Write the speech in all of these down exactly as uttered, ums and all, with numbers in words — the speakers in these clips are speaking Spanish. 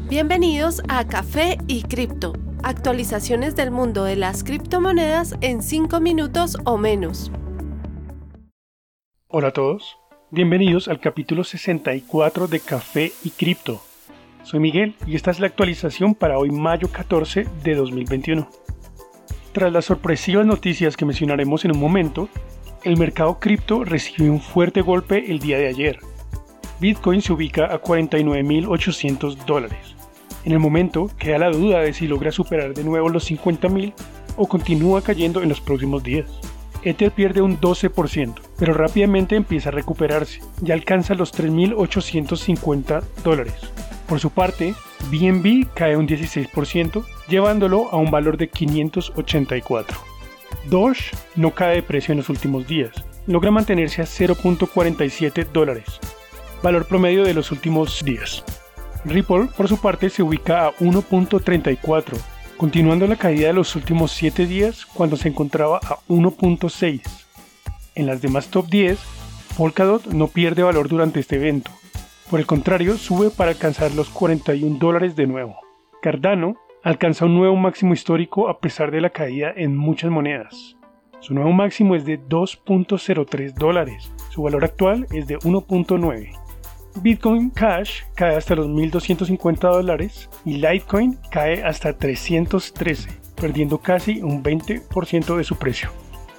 Bienvenidos a Café y Cripto, actualizaciones del mundo de las criptomonedas en cinco minutos o menos. Hola a todos, bienvenidos al capítulo sesenta y cuatro de Café y Cripto. Soy Miguel y esta es la actualización para hoy mayo catorce de dos mil veintiuno. Tras las sorpresivas noticias que mencionaremos en un momento, el mercado cripto recibió un fuerte golpe el día de ayer. Bitcoin se ubica a cuarenta y nueve mil ochocientos dólares. En el momento queda la duda de si logra superar de nuevo los cincuenta mil o continúa cayendo en los próximos días. Ether pierde un doce por ciento, pero rápidamente empieza a recuperarse, ya alcanza los tres mil ochocientos cincuenta dólares. Por su parte, B N B cae un dieciséis por ciento, llevándolo a un valor de quinientos ochenta y cuatro. Doge no cae de precio en los últimos días, logra mantenerse a cero punto cuarenta y siete dólares, valor promedio de los últimos días. Ripple, por su parte, se ubica a uno punto treinta y cuatro, continuando la caída de los últimos siete días cuando se encontraba a uno punto seis. En las demás top diez, Polkadot no pierde valor durante este evento. Por el contrario, sube para alcanzar los cuarenta y un dólares de nuevo. Cardano alcanza un nuevo máximo histórico a pesar de la caída en muchas monedas. Su nuevo máximo es de dos punto cero tres dólares, su valor actual es de uno punto nueve. Bitcoin Cash cae hasta los mil doscientos cincuenta dólares y Litecoin cae hasta trescientos trece, perdiendo casi un veinte por ciento de su precio.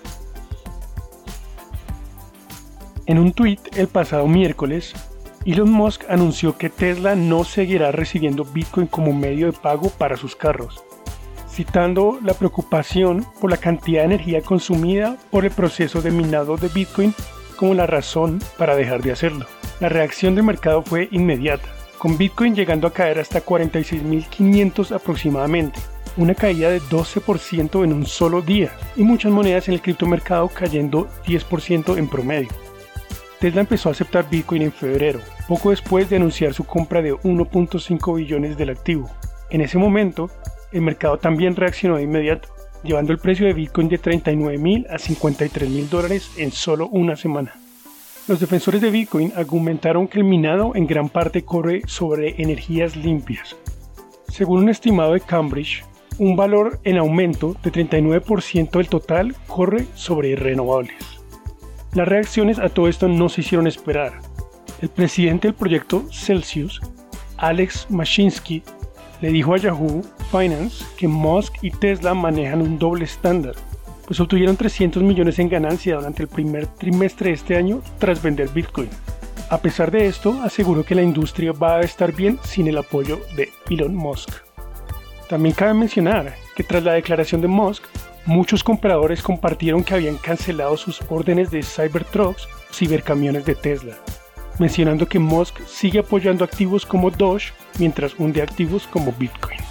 En un tweet el pasado miércoles, Elon Musk anunció que Tesla no seguirá recibiendo Bitcoin como medio de pago para sus carros, citando la preocupación por la cantidad de energía consumida por el proceso de minado de Bitcoin como la razón para dejar de hacerlo. La reacción del mercado fue inmediata, con Bitcoin llegando a caer hasta cuarenta y seis mil quinientos aproximadamente, una caída de doce por ciento en un solo día, y muchas monedas en el criptomercado cayendo diez por ciento en promedio. Tesla empezó a aceptar Bitcoin en febrero, poco después de anunciar su compra de uno punto cinco billones del activo. En ese momento, el mercado también reaccionó de inmediato, llevando el precio de Bitcoin de treinta y nueve mil a cincuenta y tres mil dólares en solo una semana. Los defensores de Bitcoin argumentaron que el minado en gran parte corre sobre energías limpias. Según un estimado de Cambridge, un valor en aumento de treinta y nueve por ciento del total corre sobre renovables. Las reacciones a todo esto no se hicieron esperar. El presidente del proyecto Celsius, Alex Mashinsky, le dijo a Yahoo Finance que Musk y Tesla manejan un doble estándar, pues obtuvieron trescientos millones en ganancia durante el primer trimestre de este año tras vender Bitcoin. A pesar de esto, aseguró que la industria va a estar bien sin el apoyo de Elon Musk. También cabe mencionar que tras la declaración de Musk, muchos compradores compartieron que habían cancelado sus órdenes de Cybertrucks, cibercamiones de Tesla, mencionando que Musk sigue apoyando activos como Doge mientras hunde activos como Bitcoin.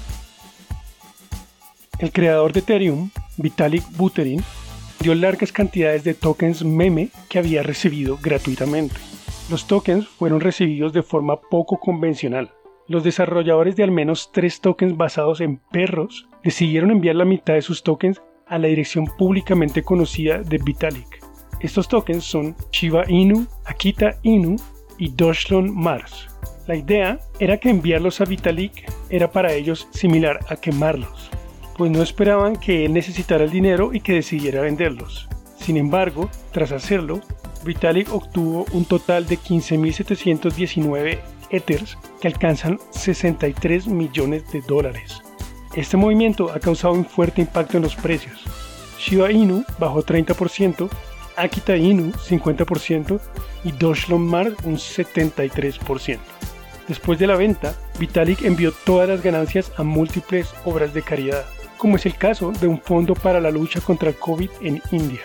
El creador de Ethereum, Vitalik Buterin, dio largas cantidades de tokens meme que había recibido gratuitamente. Los tokens fueron recibidos de forma poco convencional. Los desarrolladores de al menos tres tokens basados en perros decidieron enviar la mitad de sus tokens a la dirección públicamente conocida de Vitalik. Estos tokens son Shiba Inu, Akita Inu y Dogecoin Mars. La idea era que enviarlos a Vitalik era para ellos similar a quemarlos, pues no esperaban que él necesitara el dinero y que decidiera venderlos. Sin embargo, tras hacerlo, Vitalik obtuvo un total de quince mil setecientos diecinueve Ethers que alcanzan sesenta y tres millones de dólares. Este movimiento ha causado un fuerte impacto en los precios. Shiba Inu bajó treinta por ciento, Akita Inu cincuenta por ciento y Dogecoin Mars un setenta y tres por ciento. Después de la venta, Vitalik envió todas las ganancias a múltiples obras de caridad, como es el caso de un fondo para la lucha contra el COVID en India.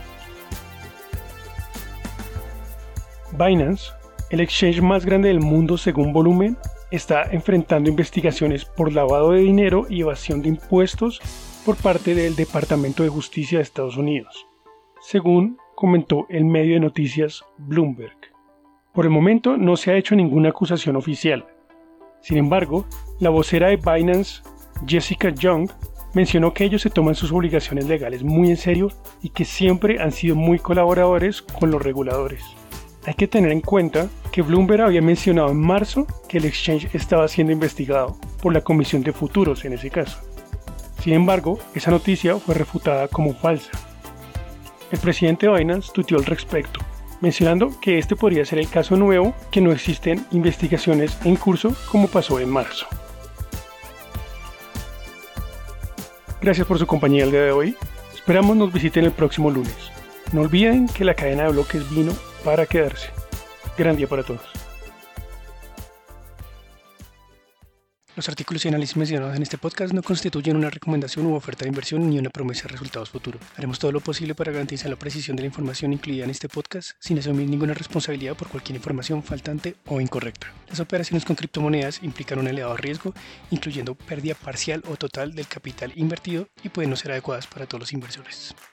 Binance, el exchange más grande del mundo según volumen, está enfrentando investigaciones por lavado de dinero y evasión de impuestos por parte del Departamento de Justicia de Estados Unidos, según comentó el medio de noticias Bloomberg. Por el momento no se ha hecho ninguna acusación oficial. Sin embargo, la vocera de Binance, Jessica Young, mencionó que ellos se toman sus obligaciones legales muy en serio y que siempre han sido muy colaboradores con los reguladores. Hay que tener en cuenta que Bloomberg había mencionado en marzo que el exchange estaba siendo investigado por la Comisión de Futuros en ese caso. Sin embargo, esa noticia fue refutada como falsa. El presidente Binance tuiteó al respecto, mencionando que este podría ser el caso nuevo, que no existen investigaciones en curso como pasó en marzo. Gracias por su compañía el día de hoy. Esperamos nos visiten el próximo lunes. No olviden que la cadena de bloques vino para quedarse. Gran día para todos. Los artículos y análisis mencionados en este podcast no constituyen una recomendación u oferta de inversión ni una promesa de resultados futuros. Haremos todo lo posible para garantizar la precisión de la información incluida en este podcast sin asumir ninguna responsabilidad por cualquier información faltante o incorrecta. Las operaciones con criptomonedas implican un elevado riesgo, incluyendo pérdida parcial o total del capital invertido, y pueden no ser adecuadas para todos los inversores.